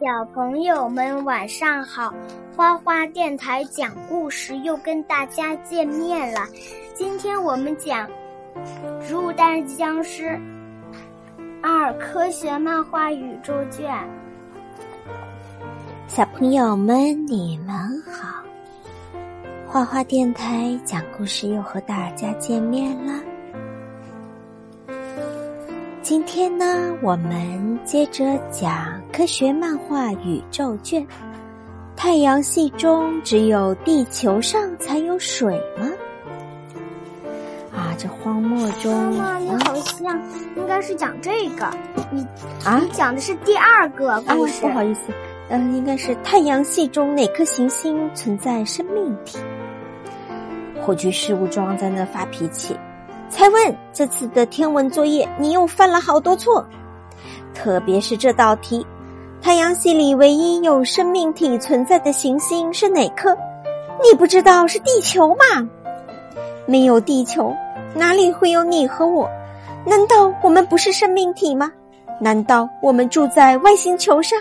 小朋友们晚上好，花花电台讲故事又跟大家见面了。今天我们讲《植物大战僵尸2科学漫画宇宙卷》。 小朋友们你们好，花花电台讲故事又和大家见面了。今天呢，我们接着讲科学漫画宇宙卷。太阳系中只有地球上才有水吗？这荒漠中， 妈妈，你好像应该是讲这个，你讲的是第2个故事。 不好意思，应该是太阳系中哪颗行星存在生命体？火炬事务装在那发脾气。蔡问，这次的天文作业你又犯了好多错，特别是这道题，太阳系里唯一有生命体存在的行星是哪颗？你不知道是地球吗？没有地球，哪里会有你和我？难道我们不是生命体吗？难道我们住在外星球上？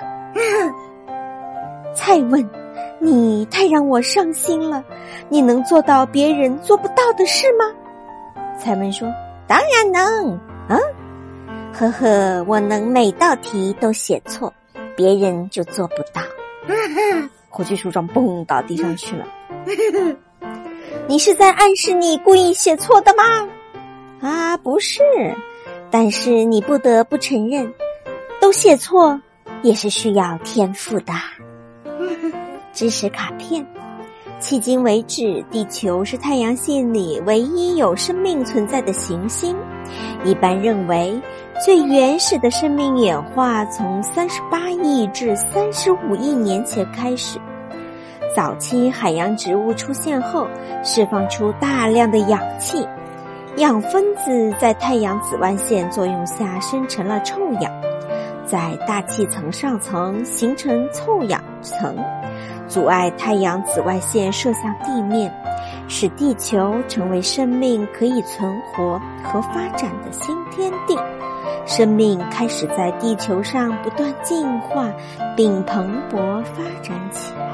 蔡问，你太让我伤心了，你能做到别人做不到的事吗？蔡问说，当然能呵呵，我能每道题都写错，别人就做不到。火炬树桩蹦到地上去了。你是在暗示你故意写错的吗？不是，但是你不得不承认，都写错也是需要天赋的。知识卡片，迄今为止，地球是太阳系里唯一有生命存在的行星。一般认为，最原始的生命演化从38亿至35亿年前开始。早期海洋植物出现后，释放出大量的氧气，氧分子在太阳紫外线作用下生成了臭氧，在大气层上层形成臭氧层，阻碍太阳紫外线射向地面，使地球成为生命可以存活和发展的新天地。生命开始在地球上不断进化并蓬勃发展起来。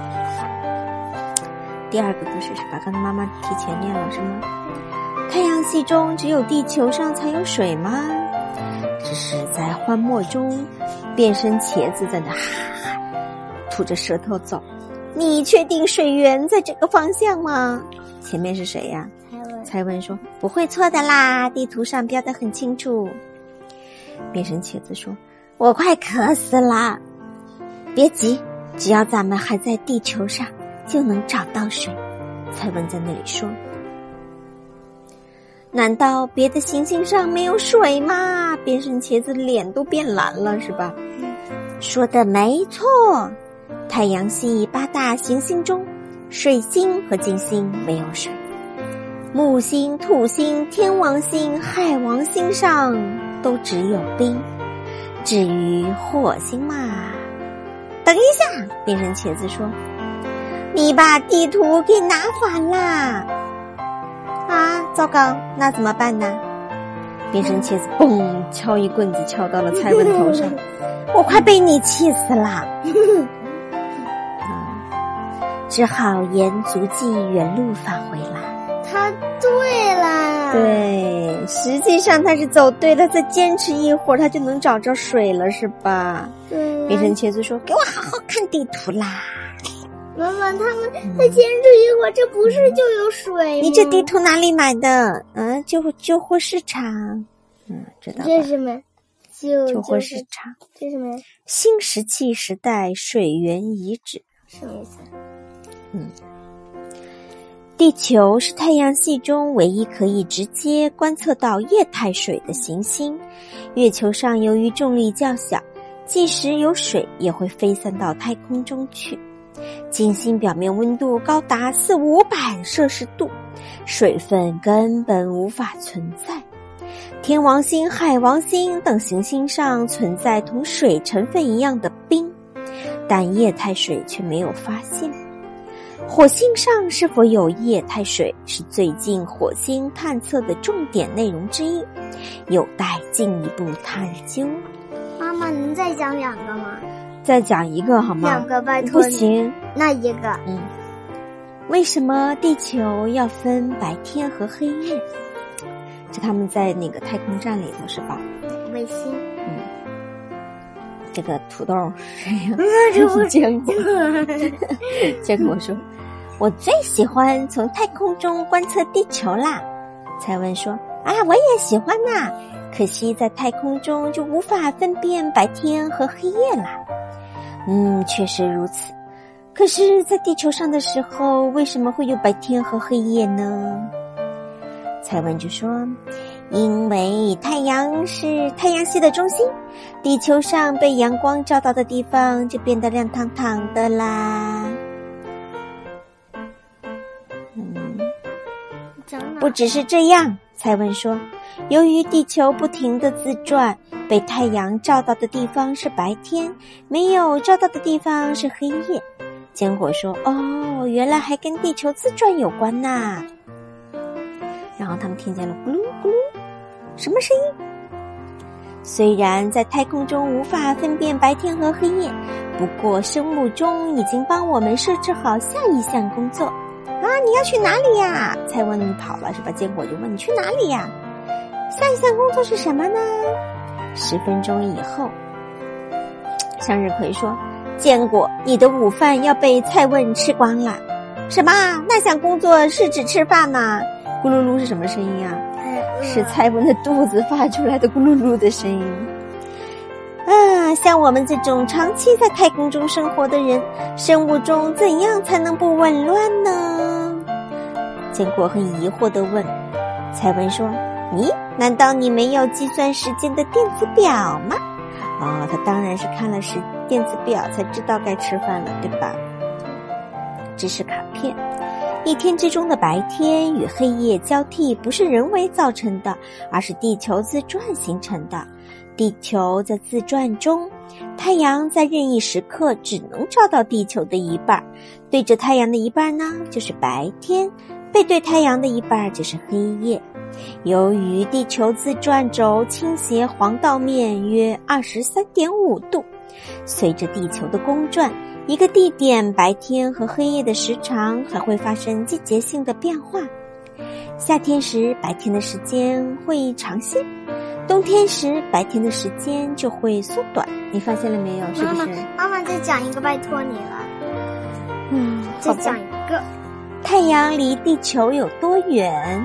第2个故事是吧？刚才妈妈提前念了是吗？太阳系中只有地球上才有水吗？只是在荒漠中，变身茄子在那吐着舌头走。你确定水源在这个方向吗？前面是谁呀？蔡问说，不会错的啦，地图上标得很清楚。变身茄子说，我快渴死了。别急，只要咱们还在地球上就能找到水。蔡文在那里说，难道别的行星上没有水吗？变身茄子脸都变蓝了是吧？说的没错，太阳系8大行星中，水星和金星没有水，木星、土星、天王星、海王星上都只有冰。至于火星嘛，等一下，变身茄子说，你把地图给拿反啦！糟糕，那怎么办呢？变身茄子嘣敲一棍子敲到了蔡文头上，我快被你气死了！只好沿足迹原路返回啦。 他对了， 对，实际上他是走对了，再坚持一会儿他就能找着水了是吧？ 对。 变身茄子说，给我好好看地图啦。 妈妈，他们再坚持一会儿，这不是就有水吗？ 你这地图哪里买的？旧货市场。知道吧？ 这是什么？ 旧货市场。 这是什么？ 新石器时代水源遗址。 什么意思？ 地球是太阳系中唯一可以直接观测到液态水的行星。月球上由于重力较小，即使有水也会飞散到太空中去。金星表面温度高达400-500摄氏度，水分根本无法存在。天王星、海王星等行星上存在同水成分一样的冰，但液态水却没有发现。火星上是否有液态水是最近火星探测的重点内容之一，有待进一步探究。 妈妈，能再讲2个吗？ 再讲一个好吗？ 两个拜托。 不行。 那一个。 为什么地球要分白天和黑夜？这他们在那个太空站里头是吧？ 卫星。 这个土豆是坚果。坚果说：“我最喜欢从太空中观测地球啦。”蔡文说：“啊，我也喜欢呐，可惜在太空中就无法分辨白天和黑夜啦。”确实如此。可是，在地球上的时候，为什么会有白天和黑夜呢？蔡文就说：“因为太阳是太阳系的中心，地球上被阳光照到的地方就变得亮堂堂的啦。”不只是这样，蔡文说，由于地球不停地自转，被太阳照到的地方是白天，没有照到的地方是黑夜。坚果说：“哦，原来还跟地球自转有关呐。”然后他们听见了咕噜咕噜，什么声音？虽然在太空中无法分辨白天和黑夜，不过生物钟已经帮我们设置好下一项工作。你要去哪里呀？蔡文你跑了是吧？坚果就问你去哪里呀？下一项工作是什么呢？10分钟以后，向日葵说：“坚果，你的午饭要被蔡文吃光了。”什么？那项工作是指吃饭吗？咕噜噜是什么声音啊？是蔡文的肚子发出来的咕噜噜的声音。像我们这种长期在太空中生活的人，生物钟怎样才能不紊乱呢？坚果很疑惑地问。蔡文说：“难道你没有计算时间的电子表吗？”他当然是看了电子表才知道该吃饭了，对吧？知识卡片。一天之中的白天与黑夜交替不是人为造成的，而是地球自转形成的。地球在自转中，太阳在任意时刻只能照到地球的一半，对着太阳的一半呢就是白天，背对太阳的一半就是黑夜。由于地球自转轴倾斜黄道面约 23.5 度，随着地球的公转，一个地点白天和黑夜的时长还会发生季节性的变化。夏天时白天的时间会长些，冬天时白天的时间就会缩短。你发现了没有？是不是？ 妈妈再讲一个，拜托你了。再讲一个。 太阳离地球有多远？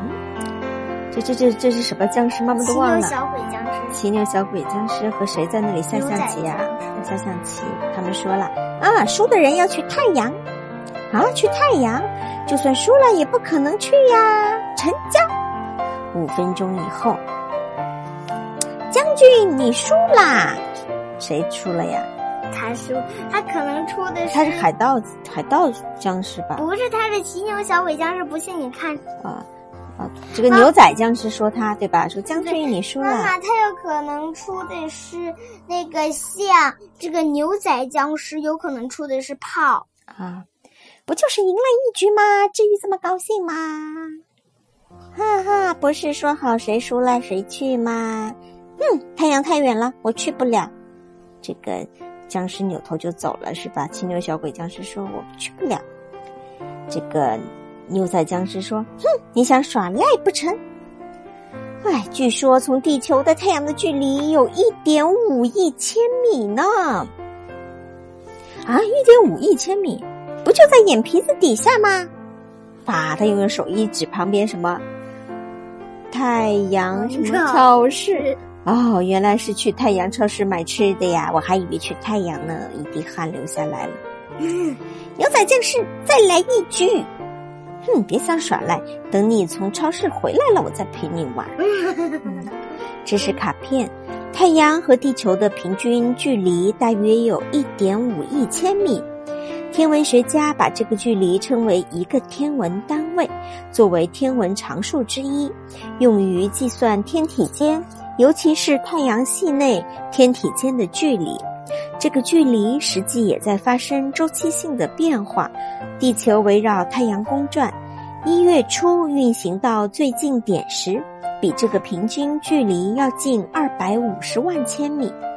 这是什么僵尸？妈妈都忘了。 骑牛小鬼僵尸。 骑牛小鬼僵尸和谁在那里下象棋啊？下象棋。他们说了输的人要去太阳。去太阳？就算输了也不可能去呀。成交。5分钟以后，将军你输啦。谁输了呀？ 他输，他可能出的是。 他是海盗僵尸吧？ 不是，他是骑牛小鬼僵尸。不信你看。 这个牛仔僵尸说他对吧？说将军你输了。 妈妈，他有可能出的是那个像这个牛仔僵尸，有可能出的是炮不就是赢了一局吗？至于这么高兴吗？哈哈，不是说好谁输了谁去吗？太阳太远了，我去不了。这个僵尸扭头就走了是吧？骑牛小鬼僵尸说我去不了。这个牛仔僵尸说你想耍赖不成？据说从地球到太阳的距离有 1.5 亿千米呢。1.5亿千米不就在眼皮子底下吗？他用手一指旁边什么太阳什么超市。原来是去太阳超市买吃的呀，我还以为去太阳呢，一滴汗流下来了。牛仔僵尸再来一局。别想耍赖，等你从超市回来了我再陪你玩。知识卡片。太阳和地球的平均距离大约有 1.5 亿千米，天文学家把这个距离称为一个天文单位，作为天文常数之一，用于计算天体间，尤其是太阳系内天体间的距离。这个距离实际也在发生周期性的变化。地球围绕太阳公转，1月初运行到最近点时，比这个平均距离要近250万千米，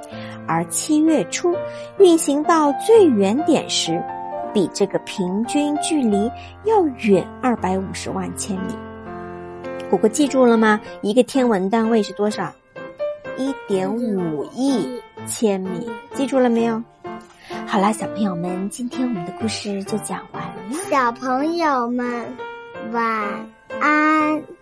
而7月初运行到最远点时，比这个平均距离要远250万千米。果果记住了吗？一个天文单位是多少？1.5亿千米，记住了没有？好啦，小朋友们，今天我们的故事就讲完了。 小朋友们，晚安。